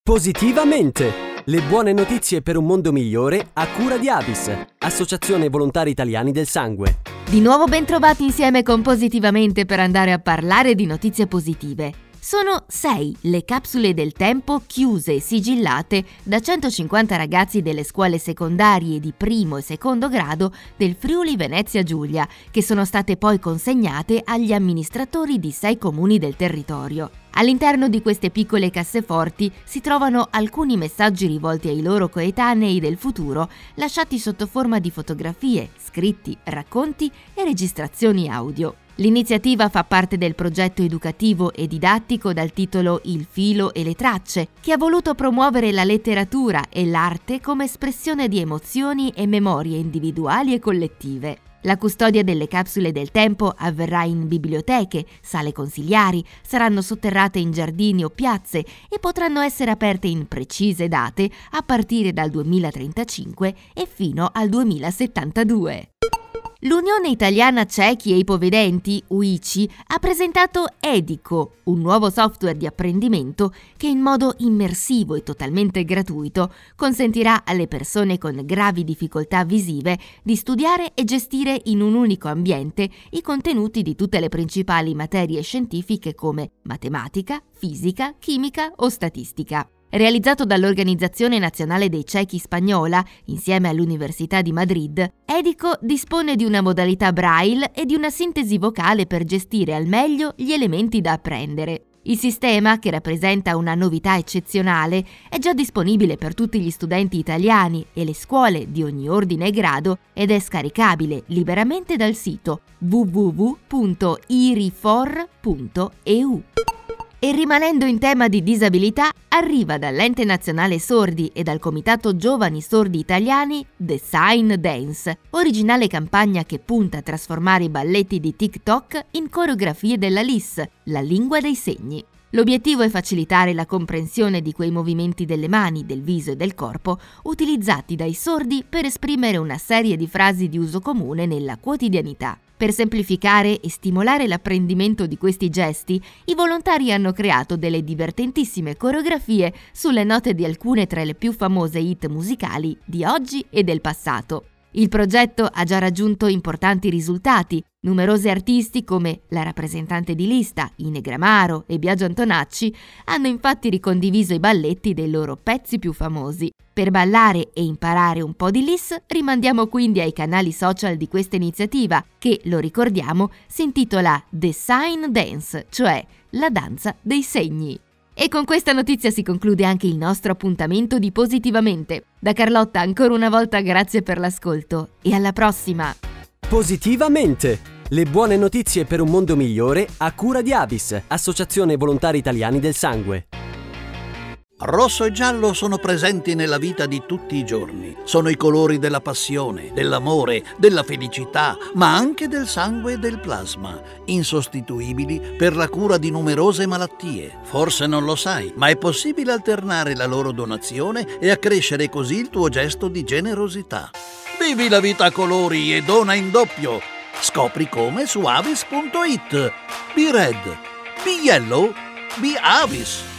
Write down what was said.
Positivamente! Le buone notizie per un mondo migliore a cura di Avis, Associazione Volontari Italiani del Sangue. Di nuovo ben trovati insieme con Positivamente per andare a parlare di notizie positive. Sono 6 le capsule del tempo chiuse e sigillate da 150 ragazzi delle scuole secondarie di primo e secondo grado del Friuli Venezia Giulia, che sono state poi consegnate agli amministratori di 6 comuni del territorio. All'interno di queste piccole casseforti si trovano alcuni messaggi rivolti ai loro coetanei del futuro, lasciati sotto forma di fotografie, scritti, racconti e registrazioni audio. L'iniziativa fa parte del progetto educativo e didattico dal titolo Il filo e le tracce, che ha voluto promuovere la letteratura e l'arte come espressione di emozioni e memorie individuali e collettive. La custodia delle capsule del tempo avverrà in biblioteche, sale consiliari, saranno sotterrate in giardini o piazze e potranno essere aperte in precise date a partire dal 2035 e fino al 2072. L'Unione Italiana Ciechi e Ipovedenti, UICI, ha presentato Edico, un nuovo software di apprendimento che in modo immersivo e totalmente gratuito consentirà alle persone con gravi difficoltà visive di studiare e gestire in un unico ambiente i contenuti di tutte le principali materie scientifiche come matematica, fisica, chimica o statistica. Realizzato dall'Organizzazione Nazionale dei Ciechi spagnola, insieme all'Università di Madrid, Edico dispone di una modalità Braille e di una sintesi vocale per gestire al meglio gli elementi da apprendere. Il sistema, che rappresenta una novità eccezionale, è già disponibile per tutti gli studenti italiani e le scuole di ogni ordine e grado ed è scaricabile liberamente dal sito www.irifor.eu. E rimanendo in tema di disabilità, arriva dall'Ente Nazionale Sordi e dal Comitato Giovani Sordi Italiani The Sign Dance, originale campagna che punta a trasformare i balletti di TikTok in coreografie della LIS, la lingua dei segni. L'obiettivo è facilitare la comprensione di quei movimenti delle mani, del viso e del corpo utilizzati dai sordi per esprimere una serie di frasi di uso comune nella quotidianità. Per semplificare e stimolare l'apprendimento di questi gesti, i volontari hanno creato delle divertentissime coreografie sulle note di alcune tra le più famose hit musicali di oggi e del passato. Il progetto ha già raggiunto importanti risultati. Numerosi artisti come la rappresentante di lista, Ine Gramaro e Biagio Antonacci, hanno infatti ricondiviso i balletti dei loro pezzi più famosi. Per ballare e imparare un po' di LIS, rimandiamo quindi ai canali social di questa iniziativa che, lo ricordiamo, si intitola The Sign Dance, cioè la danza dei segni. E con questa notizia si conclude anche il nostro appuntamento di Positivamente. Da Carlotta ancora una volta grazie per l'ascolto e alla prossima! Positivamente! Le buone notizie per un mondo migliore a cura di Avis, Associazione Volontari Italiani del Sangue. Rosso e giallo sono presenti nella vita di tutti i giorni. Sono i colori della passione, dell'amore, della felicità, ma anche del sangue e del plasma, insostituibili per la cura di numerose malattie. Forse non lo sai, ma è possibile alternare la loro donazione e accrescere così il tuo gesto di generosità. Vivi la vita a colori e dona in doppio. Scopri come su avis.it. Be red, be yellow, be Avis.